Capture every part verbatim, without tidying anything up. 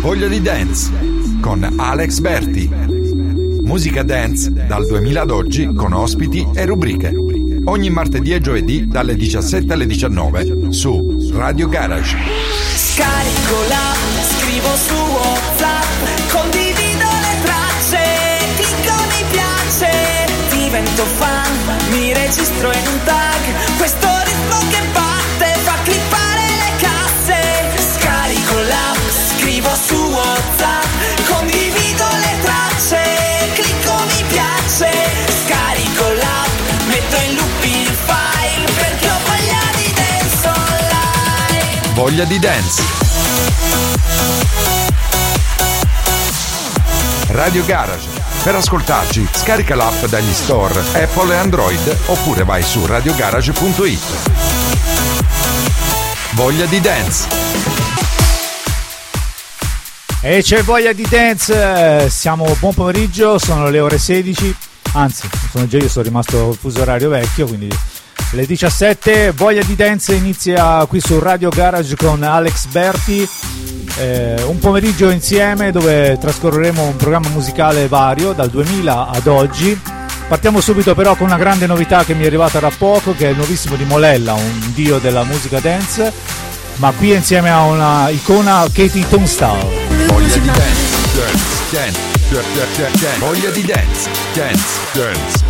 Voglia di Dance con Alex Berti. Musica dance dal duemila ad oggi con ospiti e rubriche. Ogni martedì e giovedì dalle diciassette alle diciannove su Radio Garage. Scarico l'app, scrivo su WhatsApp, condivido le tracce, clicco mi piace, divento fan, mi registro in un tag, questo ritmo che batte fa clippare le casse. Scarico l'app, scrivo su WhatsApp, condivido le tracce, clicco mi piace, scarico l'app, metto in loop il file perché ho voglia di dance online. Voglia di Dance. Radio Garage. Per ascoltarci scarica l'app dagli store Apple e Android oppure vai su radio garage punto it. Voglia di Dance. E c'è voglia di dance, siamo buon pomeriggio, sono le ore sedici, anzi sono già io, sono rimasto al fuso orario vecchio, quindi le diciassette, voglia di dance inizia qui su Radio Garage con Alex Berti, eh, un pomeriggio insieme dove trascorreremo un programma musicale vario dal duemila ad oggi. Partiamo subito però con una grande novità che mi è arrivata da poco, che è il nuovissimo di Molella, un dio della musica dance, ma qui insieme a una icona, Katie Tunstall. Voglia di dance, dance, dance, dance, dance. Voglia di dance, dance, dance,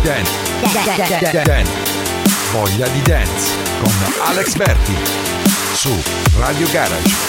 dance, dance. Voglia di dance con Alex Berti su Radio Garage.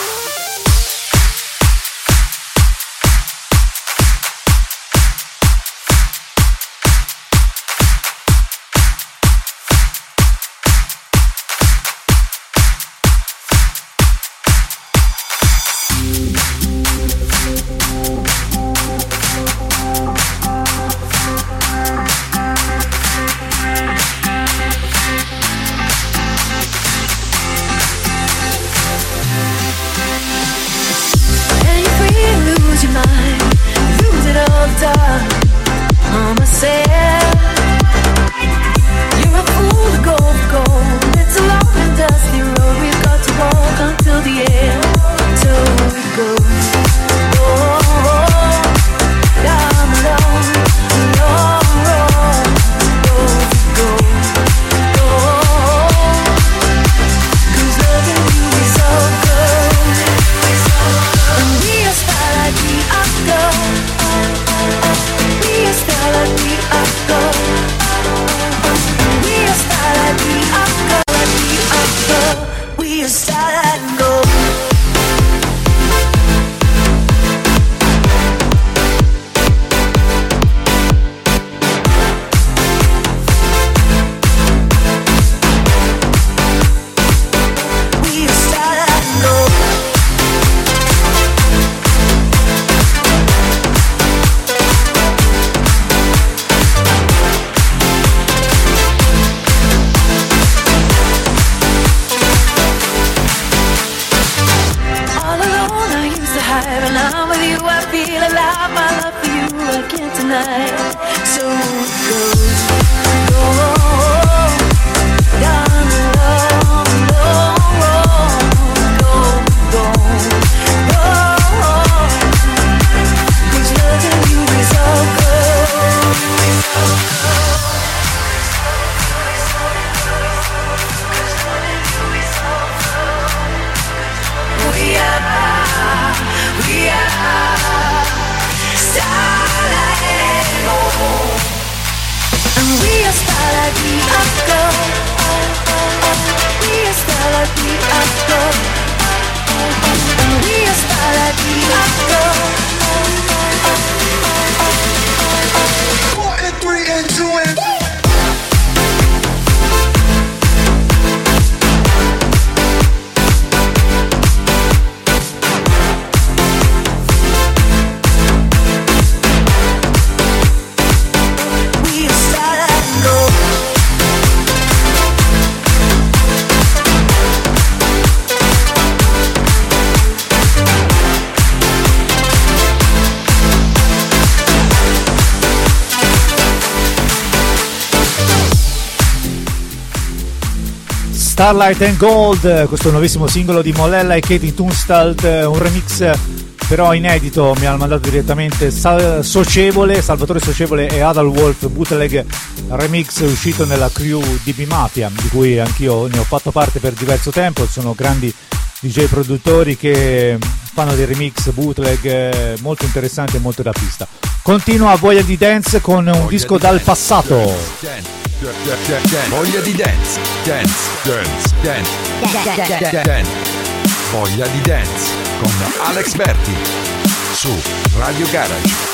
Starlight and Gold, questo nuovissimo singolo di Molella e Katie Tunstall, un remix però inedito, mi hanno mandato direttamente Sal- Socievole, Salvatore Socievole e Adal Wolf Bootleg remix uscito nella crew D B Mafia, di cui anch'io ne ho fatto parte per diverso tempo. Sono grandi D J produttori che fanno dei remix bootleg molto interessanti e molto da pista. Continua Voglia di Dance con un Voglia disco dal dance, passato. Dance, dance, dance, Voglia di Dance, dance, dance, dance, dance, dance. Voglia di Dance con Alex Berti su Radio Garage.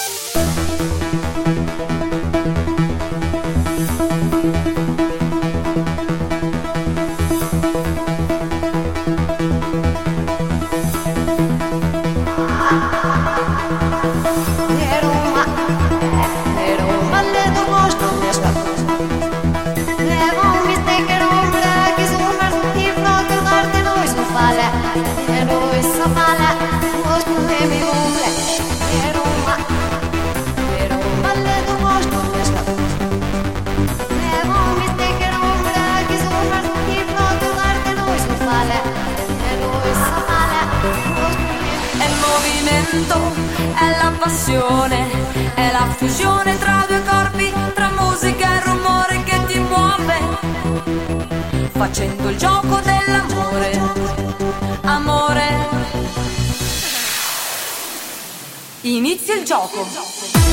È la passione, è la fusione tra due corpi, tra musica e rumore che ti muove, facendo il gioco dell'amore, amore. Inizia il gioco.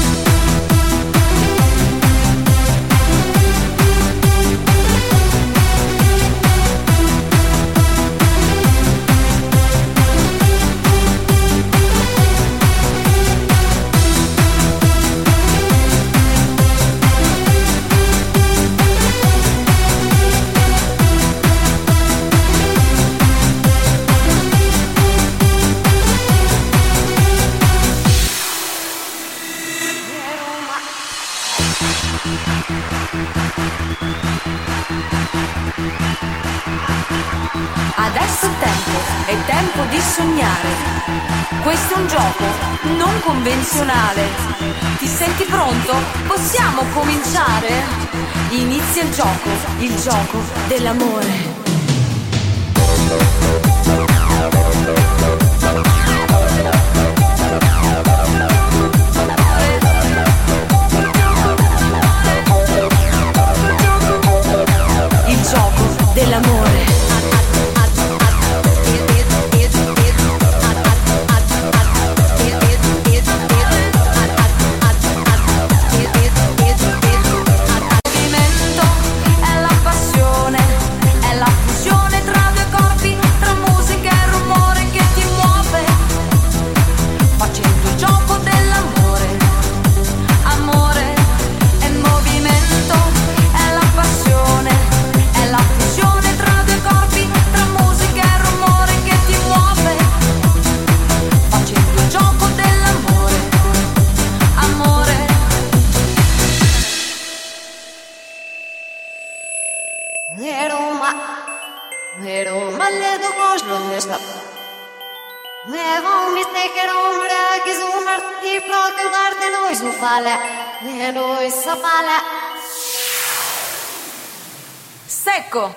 Adesso è tempo, è tempo di sognare. Questo è un gioco non convenzionale. Ti senti pronto? Possiamo cominciare? Inizia il gioco, il gioco dell'amore. Il gioco dell'amore. Secco.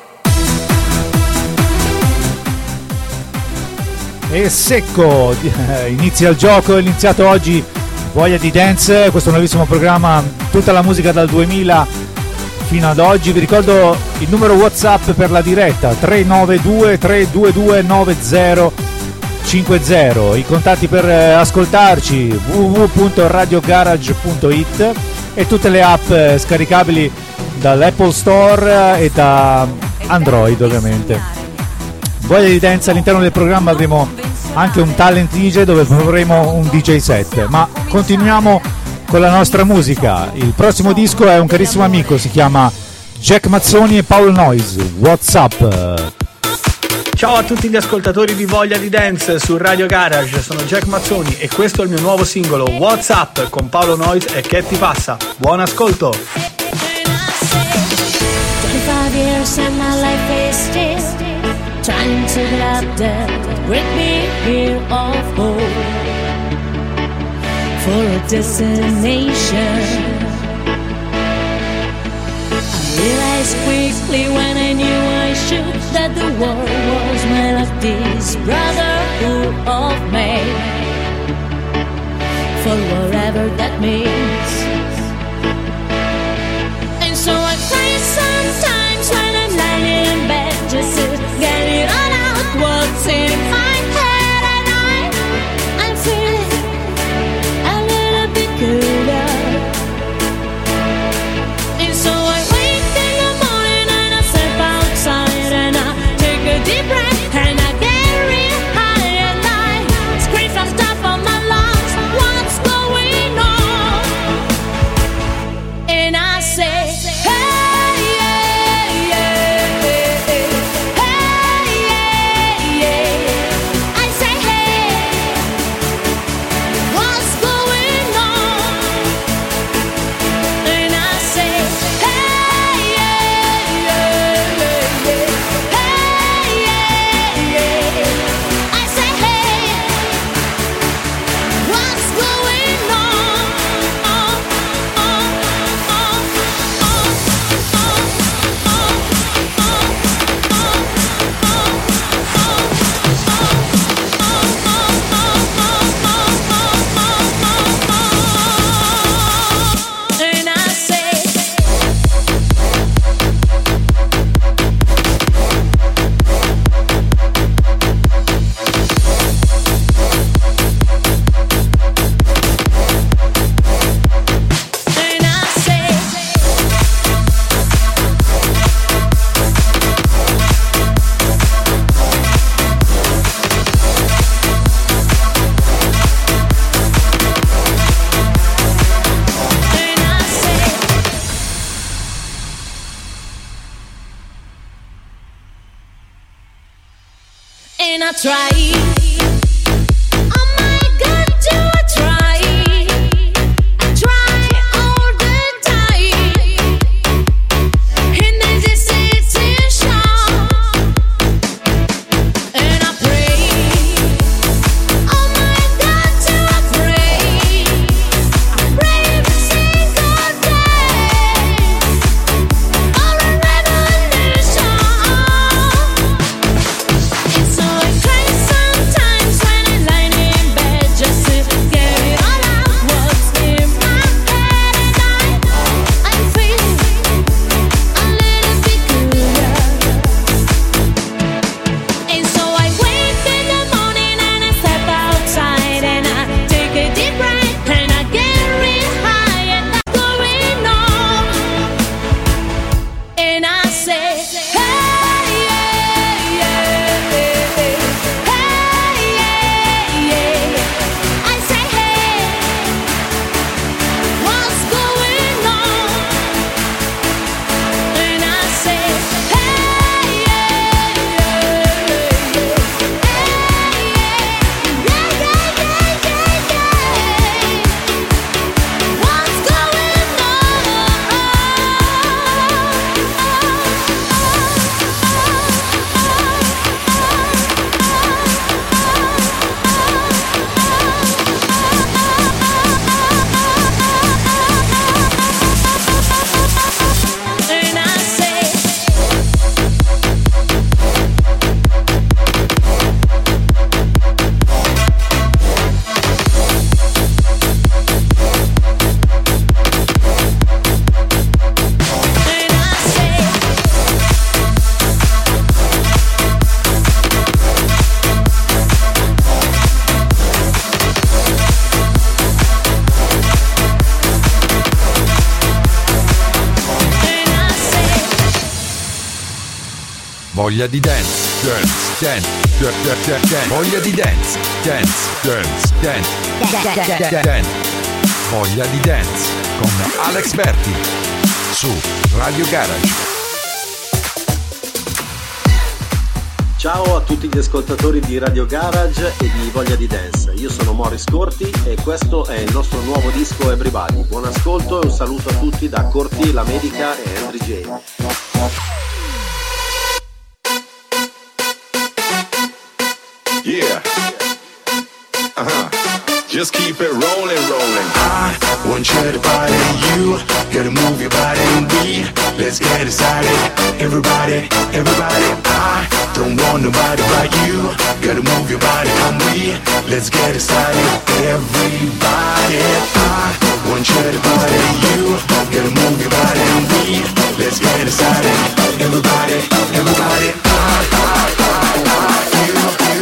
E secco, inizia il gioco, è iniziato oggi Voglia di Dance, questo nuovissimo programma, tutta la musica dal duemila fino ad oggi. Vi ricordo il numero WhatsApp per la diretta tre nove due tre due due nove zero cinque zero, i contatti per ascoltarci w w w punto radio garage punto i t e tutte le app scaricabili dall'Apple Store e da Android ovviamente. Voglia di Dance, all'interno del programma avremo anche un talent D J dove proporremo un D J set, ma continuiamo con la nostra musica. Il prossimo disco è un carissimo amico, si chiama Jack Mazzoni e Paolo Noise, What's Up? Ciao a tutti gli ascoltatori di Voglia di Dance su Radio Garage, sono Jack Mazzoni e questo è il mio nuovo singolo What's Up con Paolo Noise e Che ti passa? Buon ascolto! twenty-five years and my life is still trying to get up there, break me here of hope for a destination. I realized quickly when I knew I should that the world was made of this brotherhood of men. whatever that means. And so I cry sometimes when I'm lying in bed, just to get it all out what's in my head. And I, I'm feeling a little bit cooler. And so I wake in the morning and I step outside and I take a deep breath and I get real high and I scream from top of my lungs, what's going on? And I say, hey, yeah, yeah, hey, yeah, yeah. I say, hey, what's going on? And I say, hey, yeah, yeah, yeah, hey, yeah, yeah. I say, hey, what's going on? On, on, on, on, and I say, and I say, and I say, and I try. Oh my God, do I try? I try all the time. In this situation, and I pray. Oh my God, do I pray? I pray every single day for a revolution. And so I cry sometimes when I'm lying in bed, just to get it all out what's in my head. And I, I'm feeling a little bit cooler. And so I wake in the morning and I step outside and I take a deep breath and I get real high and I'm going on. And I say, hey, yeah, yeah, hey, yeah, yeah. I say, hey, what's going on? And I say, hey, yeah, yeah, yeah, yeah, yeah, yeah, yeah, yeah. What's going on? And I say, and I say, and I say, Voglia di dance, dance, dance, dance, dance, dance. Voglia di dance, dance, dance, dance, dance. Voglia di dance con Alex Berti su Radio Garage. Ciao a tutti gli ascoltatori di Radio Garage e di Voglia di Dance. Io sono Morris Corti e questo è il nostro nuovo disco Everybody. Buon ascolto e un saluto a tutti da Corti, La Medica e Andrew J. Yeah. Uh-huh. Just keep it rolling, rolling. I want you to body, you gotta move your body and we let's get it started. Everybody, everybody, I don't want nobody but you. Gotta move your body and we let's get it started. Everybody, I share the body. You gotta move your body and we, let's get it started. Everybody, everybody, ah, ah, ah, ah. You, you,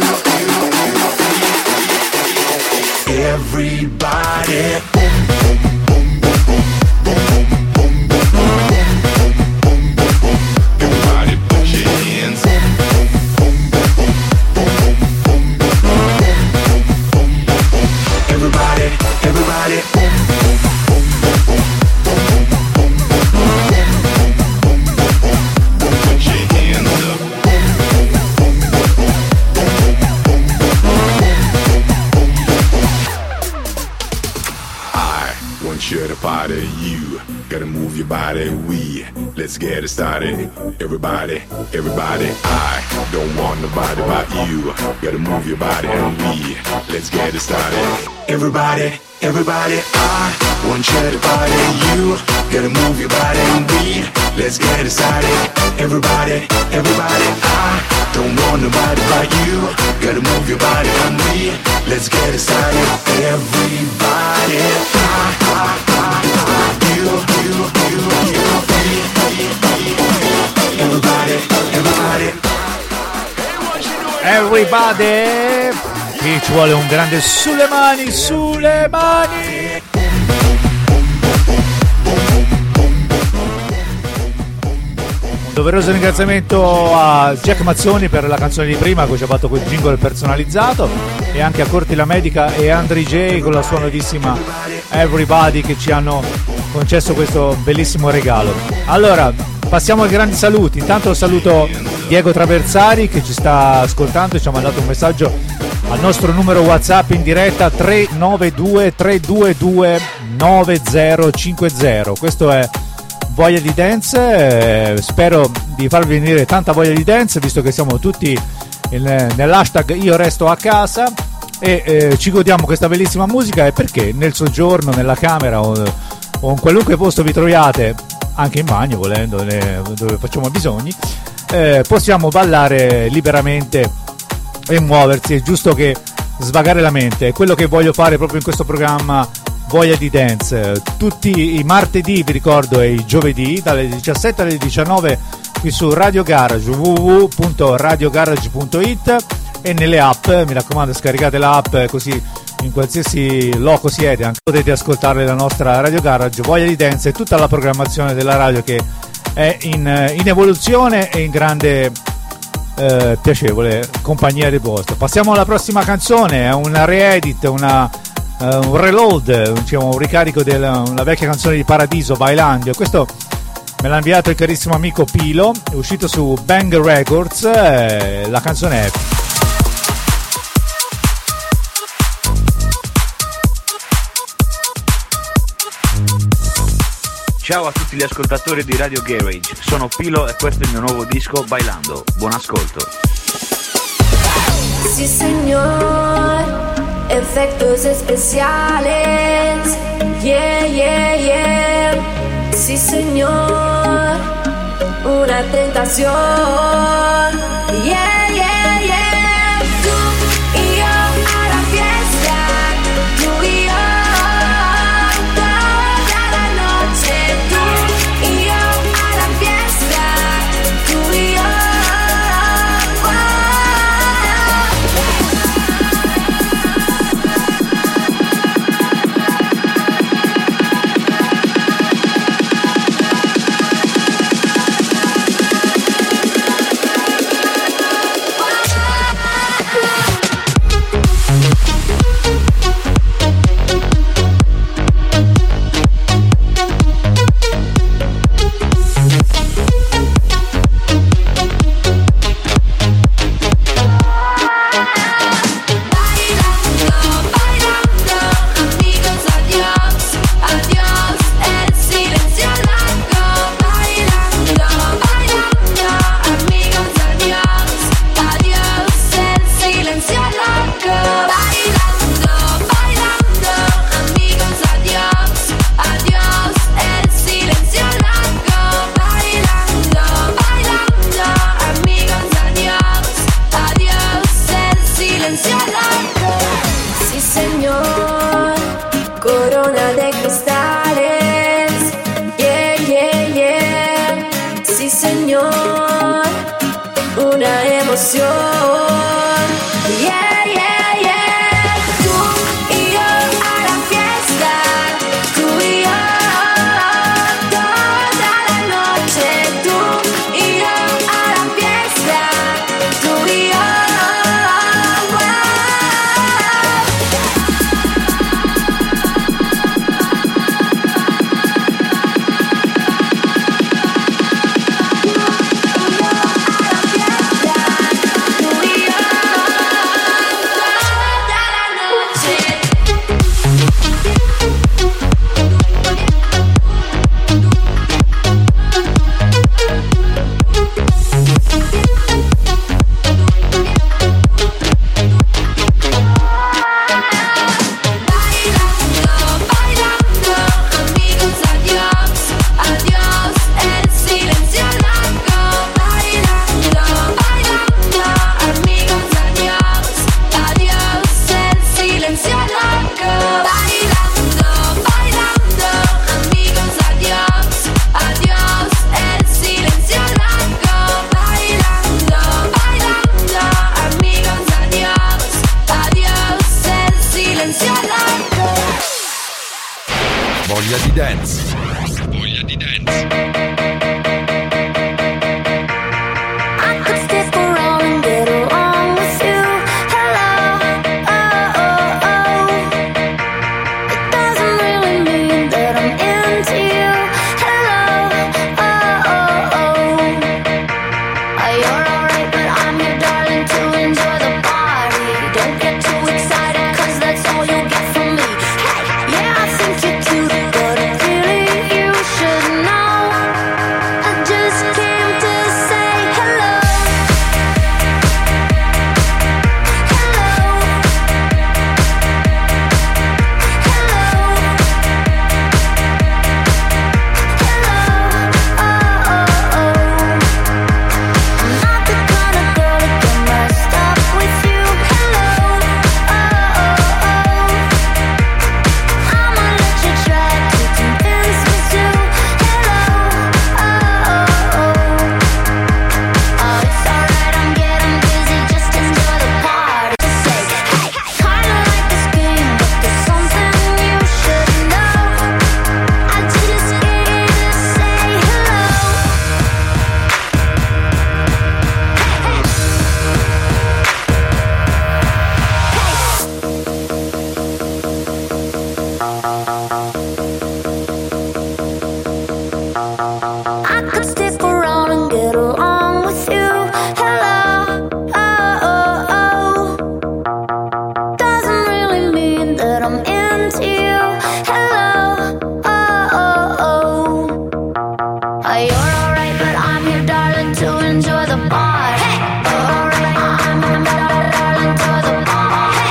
you, you, you. Everybody, boom, boom, boom, boom, boom, boom, boom, boom, boom, boom, boom, boom, boom. Everybody, put your hands. Everybody, everybody, boom, boom, boom, boom, boom, boom, boom, boom, boom, boom, boom, boom, put your hands up. Boom, boom, boom, boom, boom, boom, boom, boom, boom. I want you to party, you gotta move your body, we, let's get it started. Everybody, everybody, I don't want nobody but you. Gotta move your body and we, let's get it started. Everybody, everybody, I want you to party, you gotta move your body and we, let's get it started. Everybody, everybody, I don't want nobody but you. Gotta move your body and we, let's get it started. Everybody, I, I, I, I, you, you, you, you, me, me, me, me. Everybody, everybody. Everybody! Qui ci vuole un grande sulle mani, sulle mani! Un doveroso ringraziamento a Jack Mazzoni per la canzone di prima, che ci ha fatto quel jingle personalizzato, e anche a Corti la Medica e Andri J con la sua nuovissima Everybody, che ci hanno concesso questo bellissimo regalo. Allora, passiamo ai grandi saluti. Intanto saluto Diego Traversari che ci sta ascoltando e ci ha mandato un messaggio al nostro numero WhatsApp in diretta tre nove due tre due due nove zero cinque zero. Questo è Voglia di Dance, eh, spero di farvi venire tanta voglia di dance, visto che siamo tutti in, nell'hashtag Io Resto a Casa, e eh, ci godiamo questa bellissima musica, e perché nel soggiorno, nella camera o, o in qualunque posto vi troviate, anche in bagno volendo, ne, dove facciamo bisogni, eh, possiamo ballare liberamente e muoversi. È giusto che svagare la mente, è quello che voglio fare proprio in questo programma Voglia di Dance, tutti i martedì, vi ricordo, e i giovedì dalle diciassette alle diciannove qui su Radio Garage, w w w punto radio garage punto i t, e nelle app, mi raccomando, scaricate l'app, così in qualsiasi loco siete anche potete ascoltare la nostra Radio Garage Voglia di Dance e tutta la programmazione della radio, che è in, in evoluzione e in grande eh, piacevole compagnia di posto. Passiamo alla prossima canzone, è una re-edit, una Uh, un reload, diciamo, un ricarico della una vecchia canzone di Paradiso, Bailando. Questo me l'ha inviato il carissimo amico Pilo, è uscito su Bang Records, eh, la canzone è Ciao a tutti gli ascoltatori di Radio Garage, sono Pilo e questo è il mio nuovo disco Bailando. Buon ascolto. Sí, señor. Efectos especiales, yeah, yeah, yeah. Sí, señor, una tentación, yeah, yeah, yeah. Tú y yo a la fiesta, tú y yo toda la noche. Tú y yo a la fiesta, tú y yo. Voglia di dance. Voglia di dance. I could stick around and get along with you. Hello, oh, oh, oh. It doesn't really mean that I'm into you. Hello, oh, oh, oh. Uh, You're alright, but I'm your darling to enjoy the party. Don't get too excited, cause that's all you'll get from me. Hey, yeah, I think you're cute, but really you should know. I just came to say hello. Hello. Hello. Hello. Oh, oh, oh. I'm not the kind of girl to get messed up with you. Hello. Oh, oh, oh. I'ma let you try to convince me to. Hello. Oh, oh, oh. Oh, it's alright, I'm getting busy. Just enjoy the party. Just say, hey, kinda like this game, but there's something you should know. I just came to say hello. I could stick around and get along with you. Hello, oh, oh, oh. Doesn't really mean that I'm into you. Hello, oh, oh, oh. Uh, You're alright, but I'm your darling to enjoy the party. You're alright, I'm your darling to enjoy the party.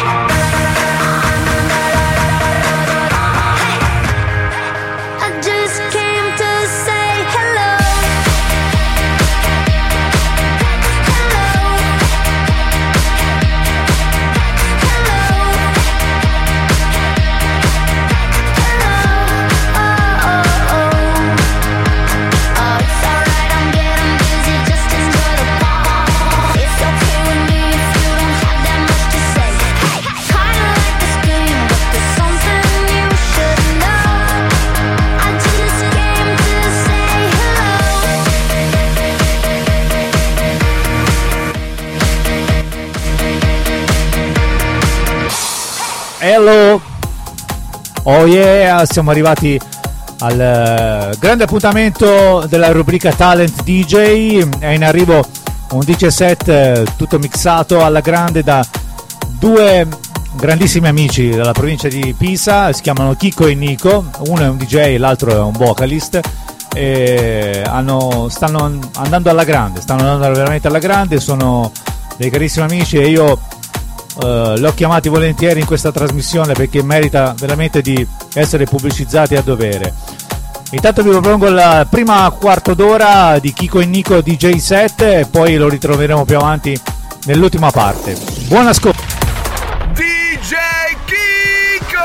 I just came to say hello. Hello. Hello. Oh yeah, siamo arrivati al eh, grande appuntamento della rubrica Talent D J. È in arrivo un D J set eh, tutto mixato alla grande da due grandissimi amici della provincia di Pisa, si chiamano Chico e Nico. Uno è un D J, l'altro è un vocalist. E hanno, stanno andando alla grande, stanno andando veramente alla grande, sono dei carissimi amici e io Uh, li ho chiamati volentieri in questa trasmissione perché merita veramente di essere pubblicizzati a dovere. Intanto vi propongo la prima quarto d'ora di Chico e Nico D J set e poi lo ritroveremo più avanti nell'ultima parte. Buon ascolto. D J Kiko!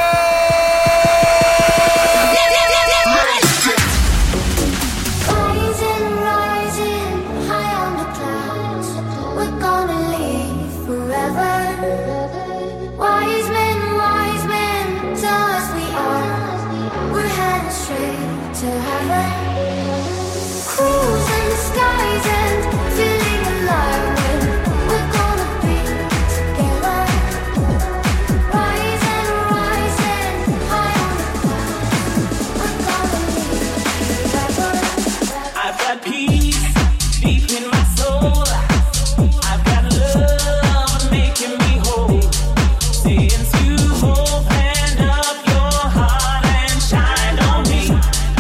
Rising, rising, high on the clouds. We're gonna live forever. Wise men, wise men, tell us we are. We're headed straight to heaven. Cruising the skies and feeling alive. We're gonna be together. Rising, rising, high on the clouds. We're gonna live forever. I've got peace deep in my soul. I've got love making me whole. Since you opened up your heart and shined on me,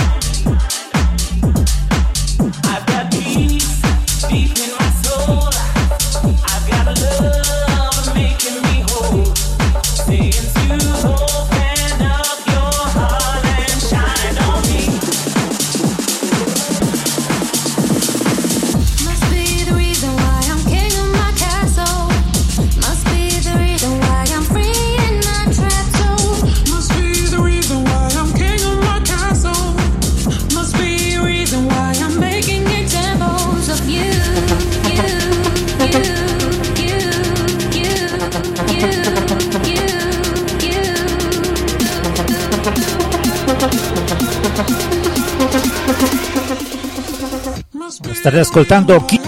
I've got peace deep in my soul. I've got love making me whole. Since you opened up your heart and shined on me. Must be the reason why I'm king of my castle. Must be the reason why I'm free in my trap zone. Must be the reason why I'm king of my castle. Must be the reason why I'm making Examples of you, you, you, you, you, you, you, you. State ascoltando chi...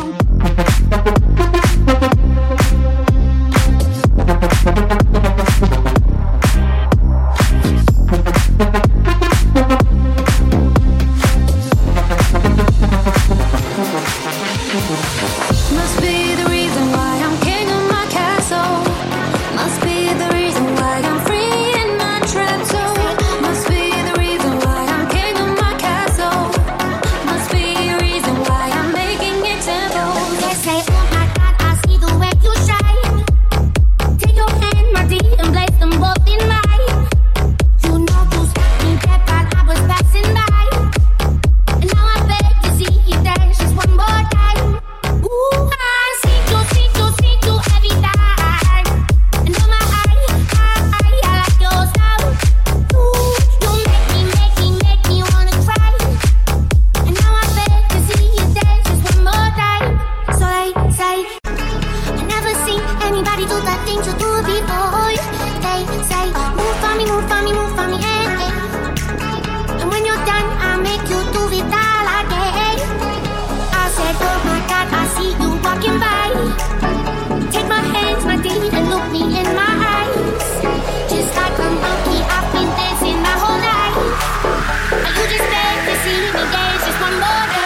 Must be the reason why I'm king of my castle. Must be the reason why I'm free in my trap zone. Must be the reason why I'm king of my castle. Must be the reason why I'm making examples. They say, oh my God, I see the way you shine. Take your hand, my dear, and place them both in mine. You know you stopped me dead while I was passing by. And now I beg to see you dance just one more time. Ooh, I see you, see you, see you every time. And oh my, I, I, I, I like your style. Ooh, you make me, make me, make me wanna cry. And now I beg to see you dance just one more time. So they say, I never seen anybody do the things you do before. They say, move for me, move for me, move for me, eh, eh. And when you're done, I make you do it all again. I said, oh my God, I see you walking by. Take my hands, my dear, and look me in my eyes. Just like a monkey, I've been dancing my whole life. And you just beg to see me dance just one more day.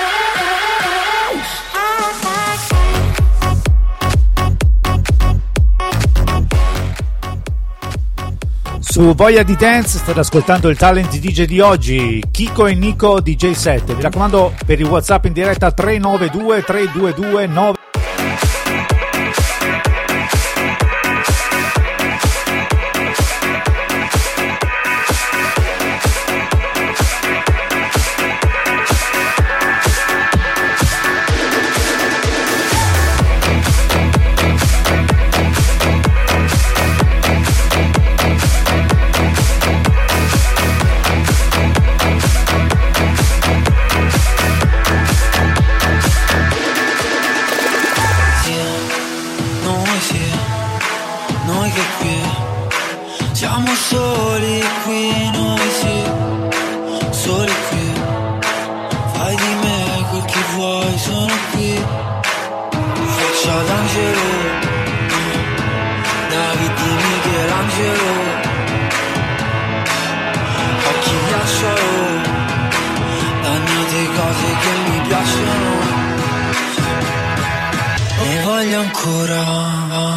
Su Voglia di Dance state ascoltando il talent D J di oggi, Kiko e Nico D J set. Vi raccomando, per i WhatsApp in diretta tre nove due tre due due nove. Noi sì, noi che qui siamo soli qui, noi sì, soli qui. Fai di me quel che vuoi, sono qui. Faccia d'angelo, David di Michelangelo, occhi ghiacciolo, dannate cose che mi piacciono. Ne voglio ancora.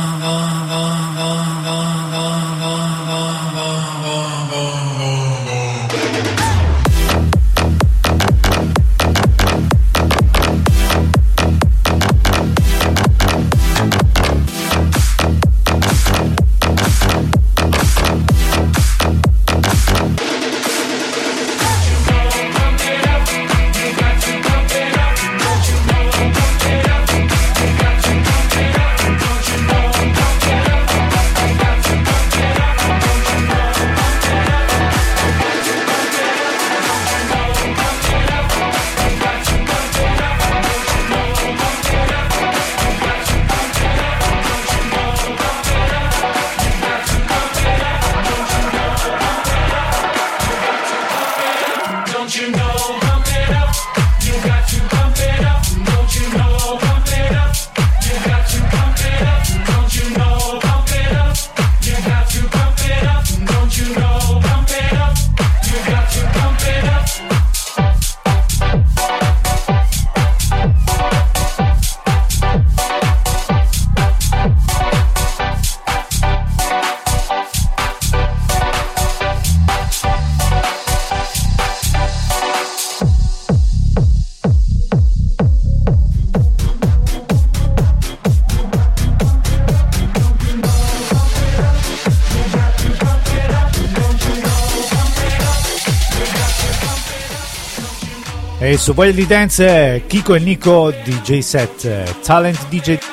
E su Voglia di Dance, Kiko e Nico D J set, talent D J. Ehi,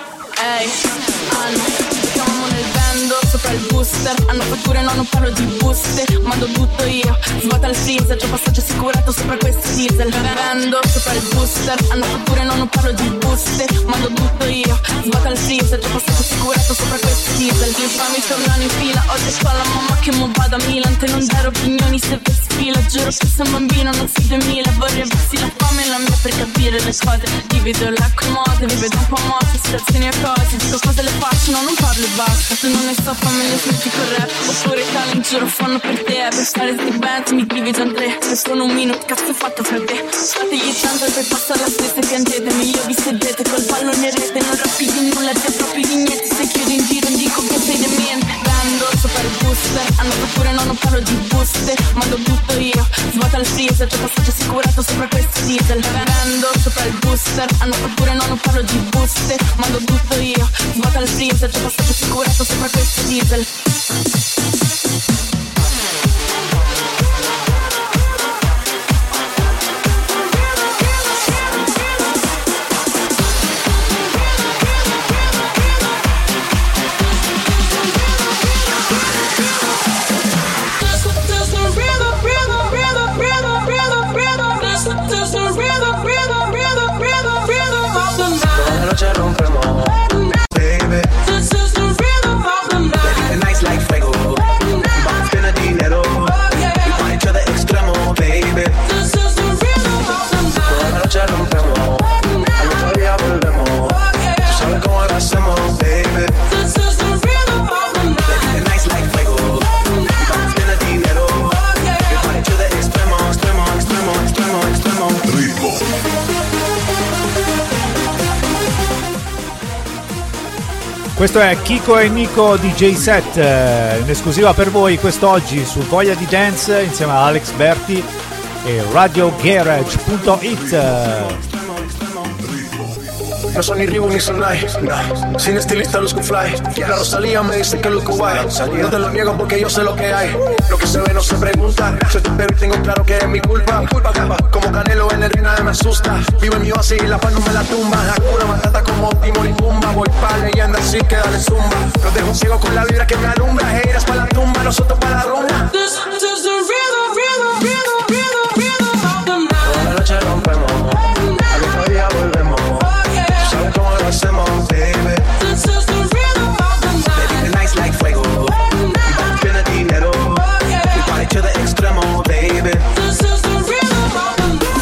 hanno, siamo nel vendo, sopra il booster. Hanno fatture, no, non parlo di booster. Mando tutto io, svuota il freezer. C'ho passaggio assicurato sopra questi diesel. Vendo, sopra il booster. Hanno fatture, no, non parlo di booster. Mando tutto io, svuota il freezer. C'ho passaggio assicurato sopra questi diesel. Gli infami tornano in fila, oggi sto alla mamma che mo vado a Milan. Te non dare opinioni se per sfila. Giuro che sei un bambino, non sei duemila. Vorrei avessi la fame e la mia per capire le cose. Divido la comoda, vivedo un po' morte, situazioni e cose. Dico cosa le faccio, no, non parlo e basta. Se non ne sto fammi le senti con rap. Oppure talent giuro fanno per te. Per stare sti band mi divido in tre. Se sono un minuto, cazzo fatto per te. Fategli tanto per passare la stessa e piangete. Meglio vi sedete col pallone in rete. Non rappi di nulla, ti appropri di niente. Se chiudi in giro dico che sei demente. Vendo sopra il booster, hanno paura, no, non parlo di buste, ma lo butto io. Svuota il freezer, c'è passaggio assicurato sopra questi diesel. Vendo sopra il booster, hanno paura, no, non parlo di buste, ma lo butto io. Svuota il freezer, c'è passaggio assicurato sopra questi diesel. Noche rompemos, baby. This is the rhythm of the night. The night's like fuego. Vamos llena de dinero. We want each other extremo, baby. This is the rhythm of the night. Toda la noche rompemos, al otro día volvemos. Tú sabes cómo lo hacemos, baby. This is the rhythm of the night. The night's like fuego. Vamos llena de dinero. We want each other extremo, extremo, extremo, extremo, extremo. Ritmo. Questo è Kiko e Nico D J set, eh, in esclusiva per voi quest'oggi su Voglia di Dance insieme a Alex Berti e radio garage punto it. No son ni Reebok ni Sonai, nah. Sin estilista luzco fly. La Rosalía me dice que luzco guay. No te lo niego porque yo sé lo que hay. Lo que se ve no se pregunta. Soy tu perro y tengo claro que es mi culpa. Como Canelo en el ring nada me asusta. Vivo en mi oasis y la paz no me la tumba. La cura matata como Timor y Pumba. Voy pa' leyenda así que dale zumba. Los dejo ciego con la vibra que me alumbra. Heiras pa' la tumba, nosotros pa' la rumba. This is the rhythm, rhythm, rhythm, rhythm, rhythm of the night. Toda la noche rompemos, al otro día volvemos. Tú sabes cómo lo hacemos, baby. This is the rhythm of the night. Baby, the night's like fuego. Y vamos llena de dinero. We want each other extremo, baby. This is the rhythm of the night.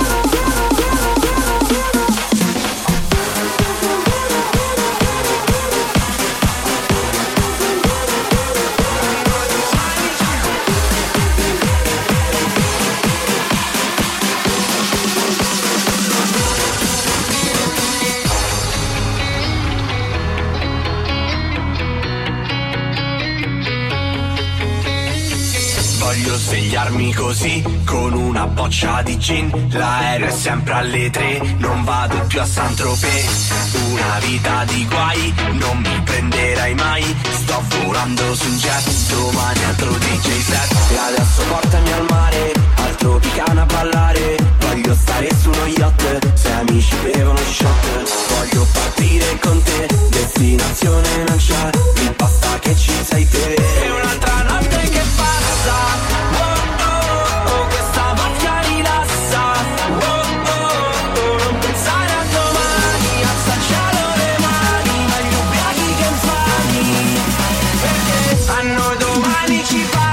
Voglio svegliarmi così, con una boccia di gin. L'aereo è sempre alle tre, non vado più a Saint-Tropez. Una vita di guai, non mi prenderai mai. Sto volando su un jet, domani altro D J set. E adesso portami al mare, al Tropicana a ballare. Voglio stare su uno yacht, se amici bevono shot. Voglio partire con te, destinazione non c'è. Mi basta che ci sei te. E un'altra notte che passa. Oh, oh, oh, questa voglia rilassa. Oh, oh, oh, non pensare a domani. Alza al cielo le mani, meglio ubriachi che infami. Perché a noi domani ci passa.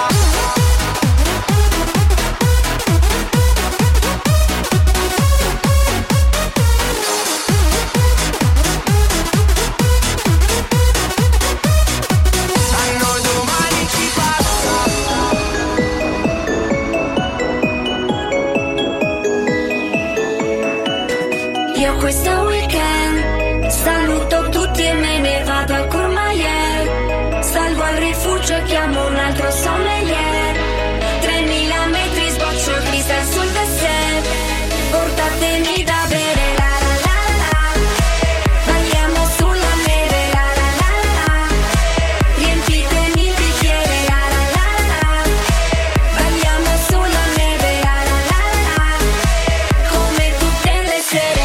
Io questo weekend saluto tutti e me ne vado al Courmayeur. Salgo al rifugio e chiamo un altro sommelier. Tremila metri sboccio il cristal sul dessert. Portatemi da bere, la la la la. Balliamo sulla neve, la la la la. Riempitemi il bicchiere, la la la la. Balliamo sulla neve, la la la la. Come tutte le sere.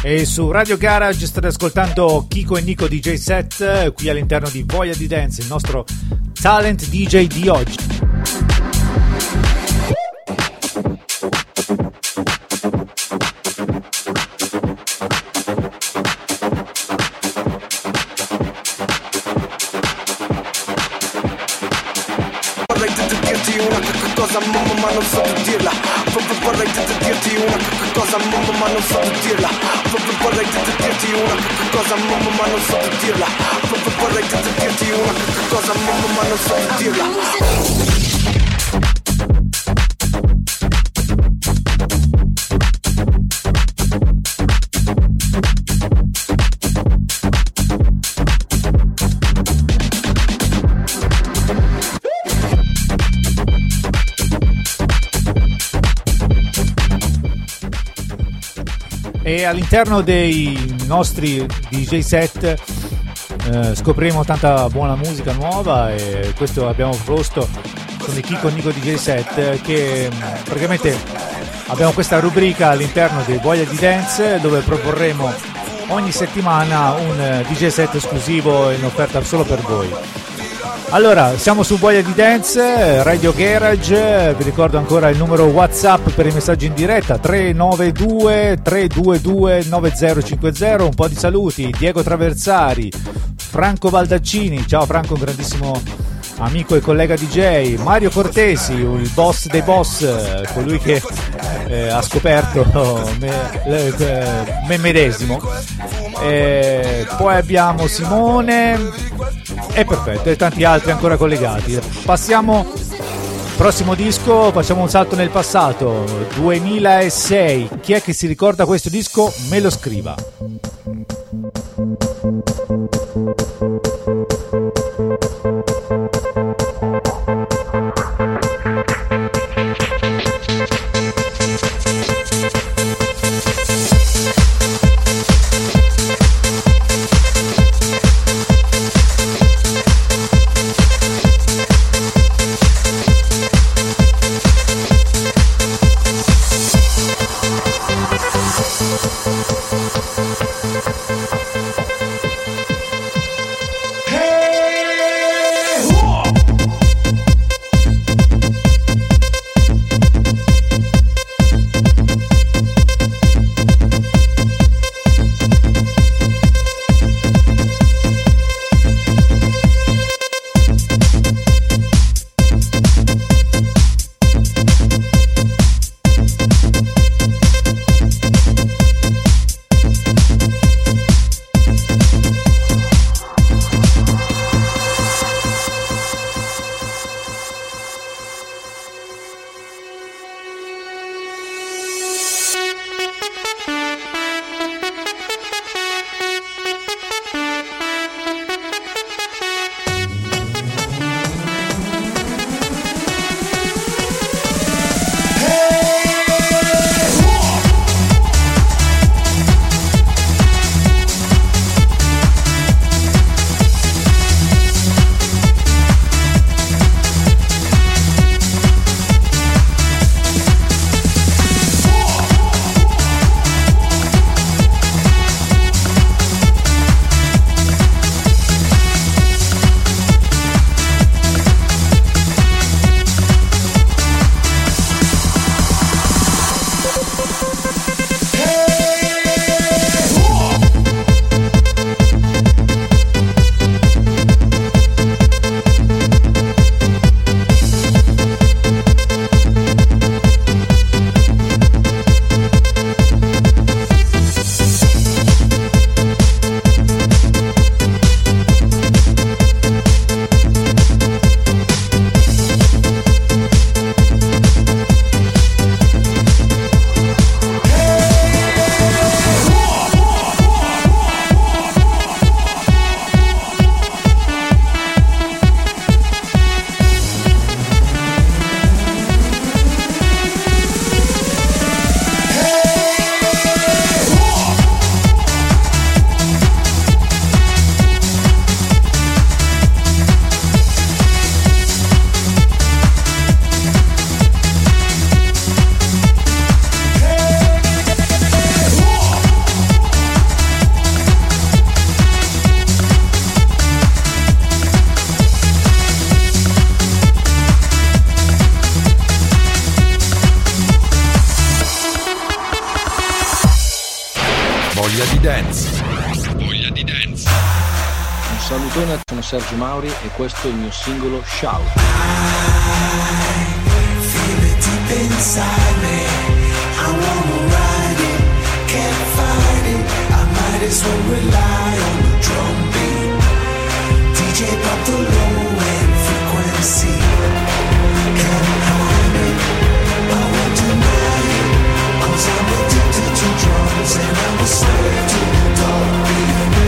E su Radio Garage state ascoltando Kiko e Nico D J set, qui all'interno di Voglia di Dance, il nostro talent D J di oggi. Cosa mamma ma non so dirla. Vorrei dirti una cosa mamma ma non so dirla. Vorrei dirti una cosa mamma ma non so dirla. Vorrei dirti una cosa mamma ma non so dirla. E all'interno dei nostri D J set eh, scopriremo tanta buona musica nuova, e questo abbiamo proposto con i Kiko Nico D J set, che praticamente abbiamo questa rubrica all'interno di Voglia di Dance dove proporremo ogni settimana un D J set esclusivo in offerta solo per voi. Allora, siamo su Voglia di Dance, Radio Garage, vi ricordo ancora il numero WhatsApp per i messaggi in diretta, tre nove due tre due due nove zero cinque zero, un po' di saluti, Diego Traversari, Franco Valdaccini, ciao Franco, un grandissimo amico e collega D J, Mario Cortesi, il boss dei boss, colui che eh, ha scoperto me, eh, me medesimo, eh, poi abbiamo Simone, è perfetto, e tanti altri ancora collegati. Passiamo, prossimo disco, facciamo un salto nel passato, duemilasei, chi è che si ricorda questo disco? Me lo scriva. salutone, sono Sergio Mauri e questo è il mio singolo Shout. Feel it deep inside me. I wanna ride it, can't fight it. I might as well rely on the drum beat. D J pop the low end frequency. Can't hide it, I won't deny it. 'Cause I'm addicted to drums and I'm a slave to the drum beat.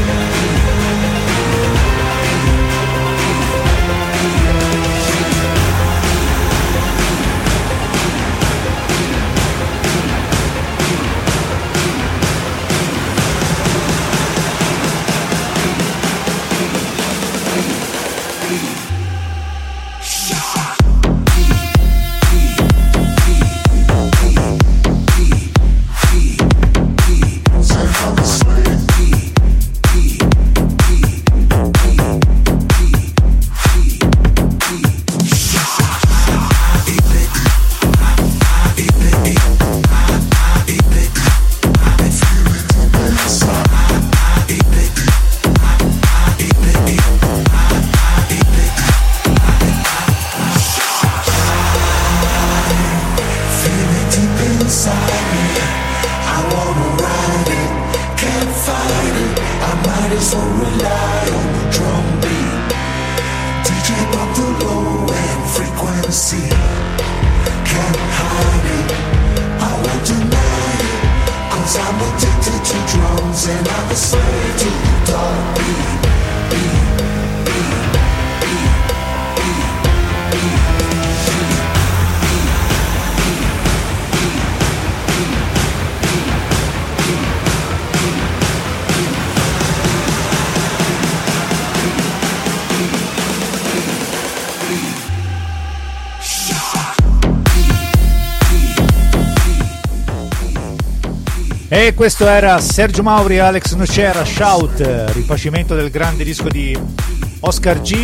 E questo era Sergio Mauri e Alex Nocera, Shout, rifacimento del grande disco di Oscar G.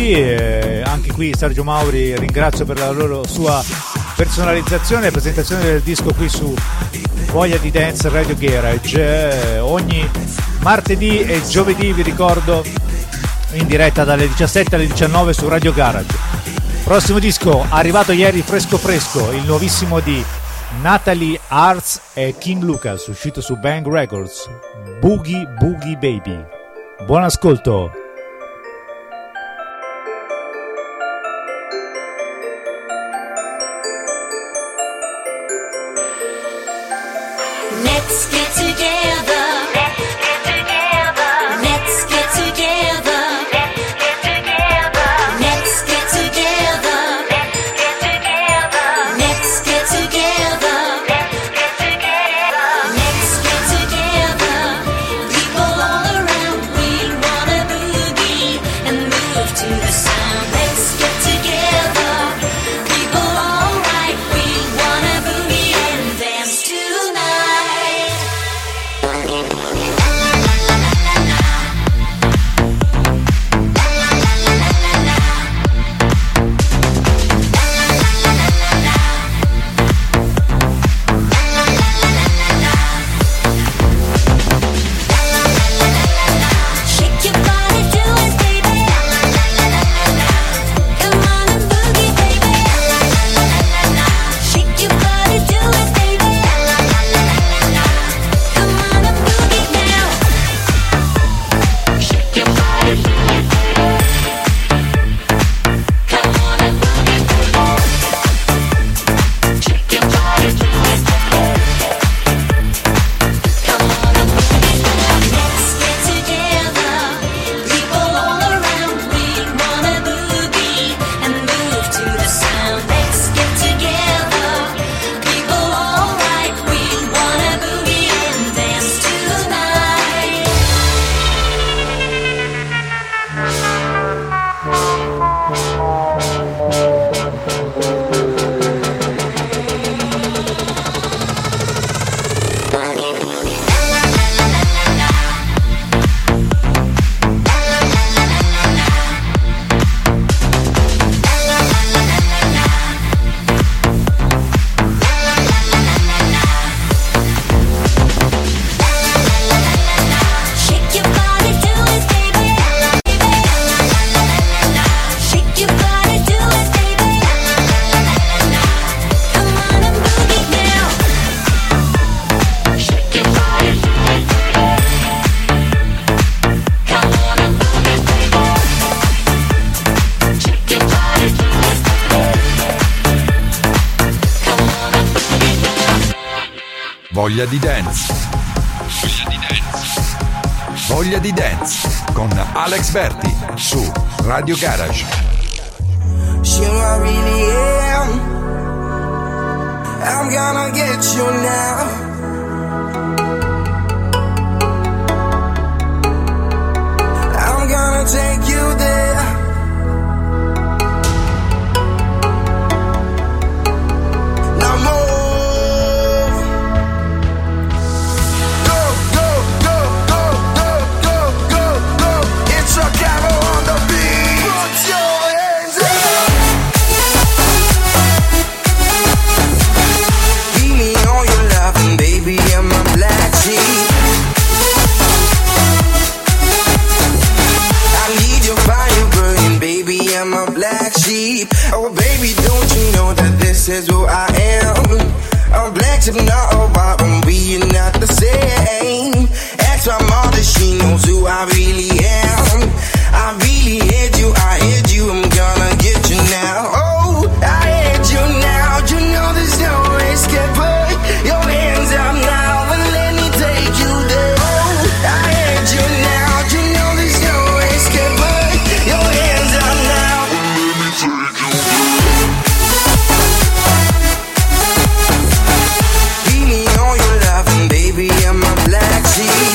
E anche qui Sergio Mauri ringrazio per la loro sua personalizzazione e presentazione del disco qui su Voglia di Dance Radio Garage. Ogni martedì e giovedì, vi ricordo, in diretta dalle diciassette alle diciannove su Radio Garage. Prossimo disco arrivato ieri fresco fresco, il nuovissimo di Natalie Arts e King Lucas, uscito su Bang Records, Boogie Boogie Baby. Buon ascolto. Let's get together. Let's get together. Let's get together. Let's get together. Let's get together. People all around, we wanna boogie and move to the sound. Let's get together. People all right, we wanna boogie and dance tonight. Voglia di dance. Voglia di dance. Voglia di dance con Alex Berti su Radio Garage. You know I really am. I'm gonna get you now. I'm gonna take you there. Now move. Go, go, go, go, go, go, go, go. It's a camel on the beat. Put your hands up. Give me all your loving, baby, I'm a black sheep. I need your fire burning, baby, I'm a black sheep. Oh, baby, don't you know that this is who I am? I'm black sheep, not a bottom, we are not the same. Ask my mother, she knows who I really am. I really hate you, I hate you, I'm gonna get you now. Oh, I hate you now, you know there's no escape. Put your hands up now and let me take you there. Oh, I hate you now, you know there's no escape. Put your hands up now and let me take you there. Give me all your loving, baby, I'm a black sheep.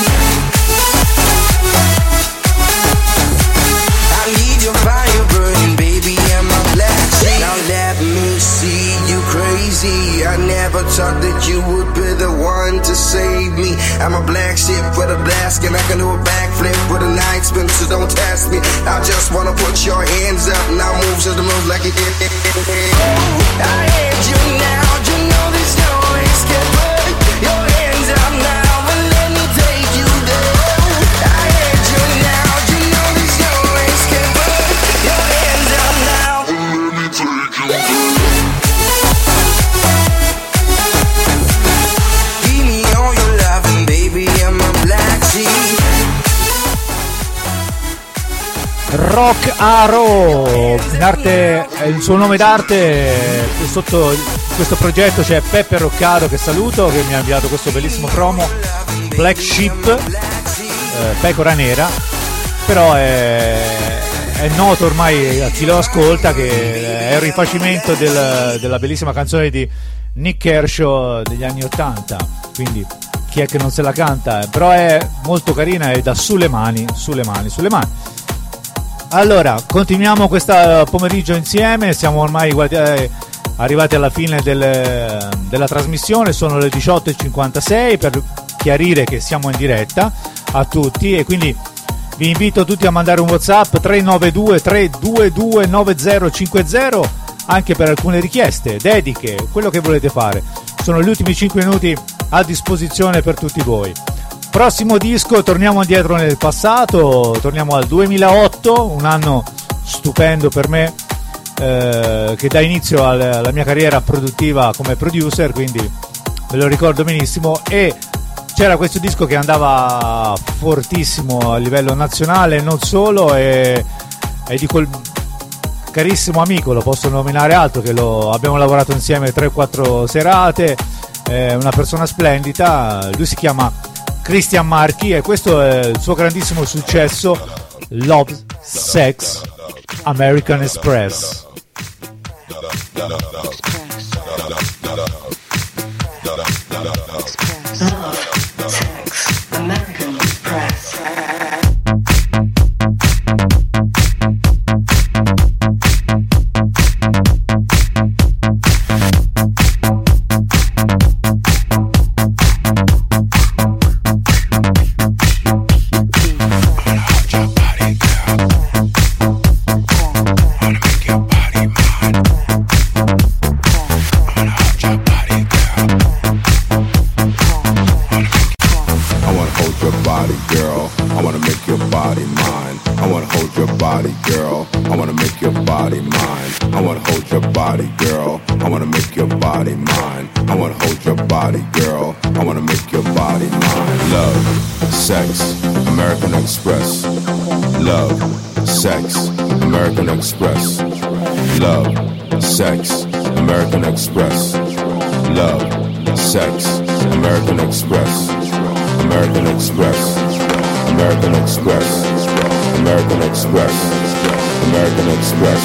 I need your fire burning, baby, I'm a black sheep. Now let me see you crazy. I never thought that you would be the one to save me. I'm a black sheep with a blast, and I can do a backflip with a night spin, so don't test me. I just wanna put your hands up, now move to the move like it. Oh, I hate you now, you know there's no escape. Put your hands up now and let me take you there. Oh, I hate you now, you know there's no escape. Put your hands up now and let me take you there. Give me all your loving, baby, I'm a black sheep. Rock Arrow, in arte, il suo nome d'arte, sotto questo progetto c'è Peppe Roccaro, che saluto, che mi ha inviato questo bellissimo promo, Black Sheep, eh, pecora nera, però è, è noto ormai a chi lo ascolta che è un rifacimento del, della bellissima canzone di Nick Kershaw degli anni ottanta, quindi chi è che non se la canta, però è molto carina e da sulle mani, sulle mani, sulle mani. Allora, continuiamo questo pomeriggio insieme, siamo ormai guardi- arrivati alla fine del, della trasmissione, sono le diciotto e cinquantasei, per chiarire che siamo in diretta a tutti, e quindi vi invito tutti a mandare un WhatsApp tre nove due tre due due nove zero cinque zero anche per alcune richieste, dediche, quello che volete fare. Sono gli ultimi cinque minuti a disposizione per tutti voi. Prossimo disco, torniamo indietro nel passato, torniamo al duemilaotto, un anno stupendo per me, eh, che dà inizio al, alla mia carriera produttiva come producer, quindi me lo ricordo benissimo, e c'era questo disco che andava fortissimo a livello nazionale, non solo, e, e di quel carissimo amico, lo posso nominare, altro che lo abbiamo lavorato insieme tre quattro serate, è una persona splendida, lui si chiama Christian Marchi e questo è il suo grandissimo successo, Love, Sex, American Express. Express, love, sex, American Express, love, sex, American Express, American Express, American Express, American Express, American Express.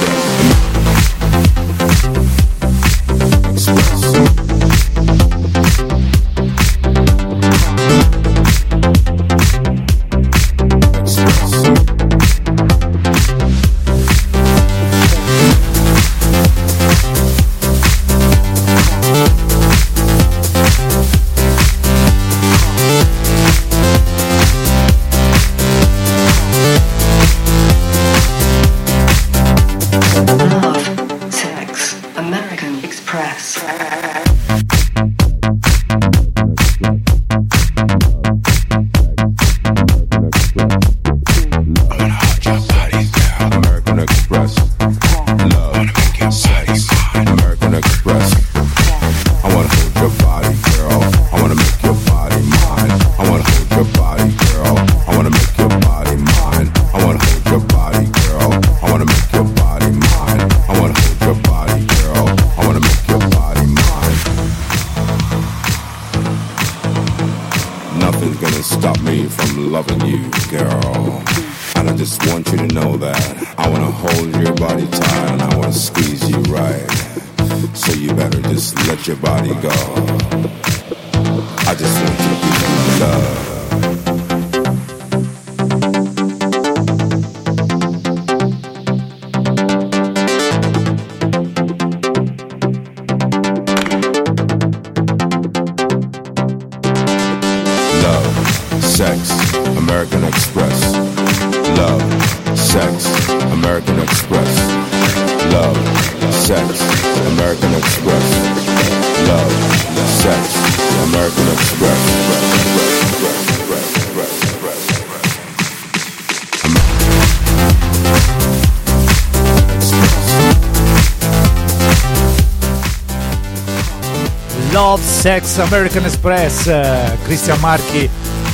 Love, Sex, American Express. Cristian Marchi,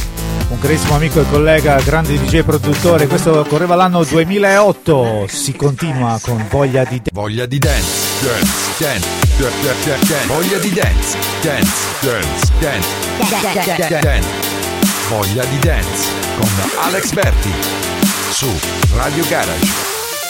un carissimo amico e collega, grande D J produttore. Questo correva l'anno duemilaotto. Si continua con Voglia di Dance. Voglia di Dance, Dance, Dance, Dance, Dance. Voglia di Dance, Dance, Dance, Dance, Dance. Voglia di Dance con Alex Berti su Radio Garage.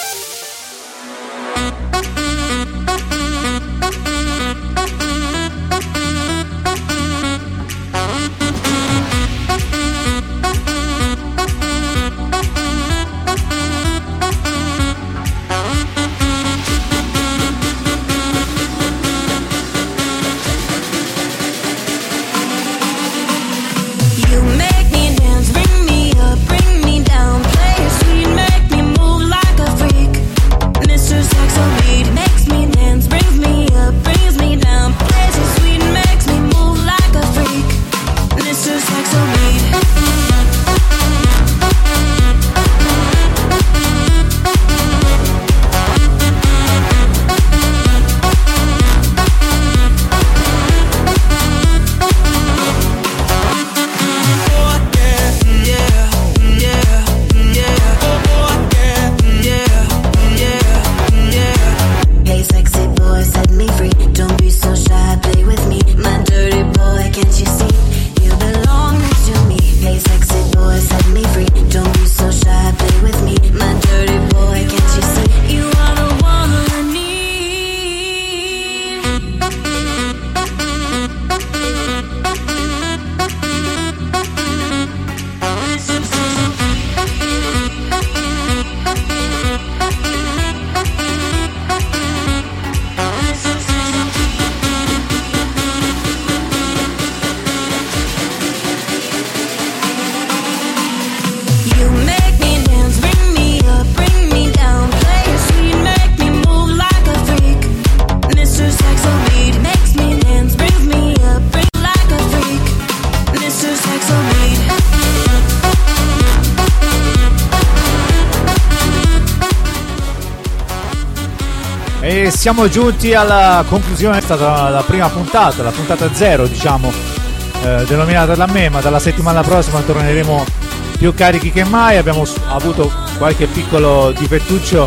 E siamo giunti alla conclusione, è stata la prima puntata, la puntata zero, diciamo, eh, denominata da me, ma dalla settimana prossima torneremo più carichi che mai. Abbiamo avuto qualche piccolo difettuccio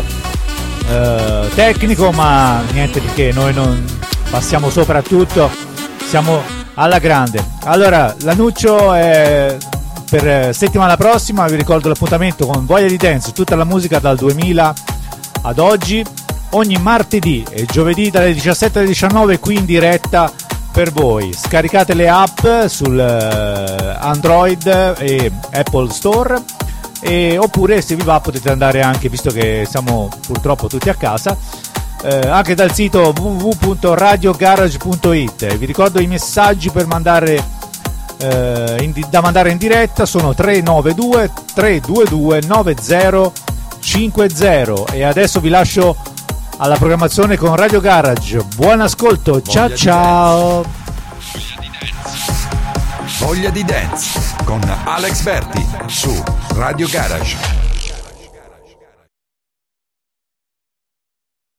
eh, tecnico, ma niente di che, noi non passiamo sopra tutto, siamo alla grande. Allora, l'annuncio è per settimana prossima, vi ricordo l'appuntamento con Voglia di Dance, tutta la musica dal duemila ad oggi, ogni martedì e giovedì dalle diciassette alle diciannove qui in diretta per voi. Scaricate le app sul Android e Apple Store, e, oppure se vi va potete andare anche, visto che siamo purtroppo tutti a casa, eh, anche dal sito w w w punto radio garage punto i t. Vi ricordo i messaggi per mandare eh, in, da mandare in diretta sono tre nove due tre due due nove zero cinque zero. E adesso vi lascio alla programmazione con Radio Garage. Buon ascolto, ciao ciao. Voglia di Dance con Alex Berti su Radio Garage.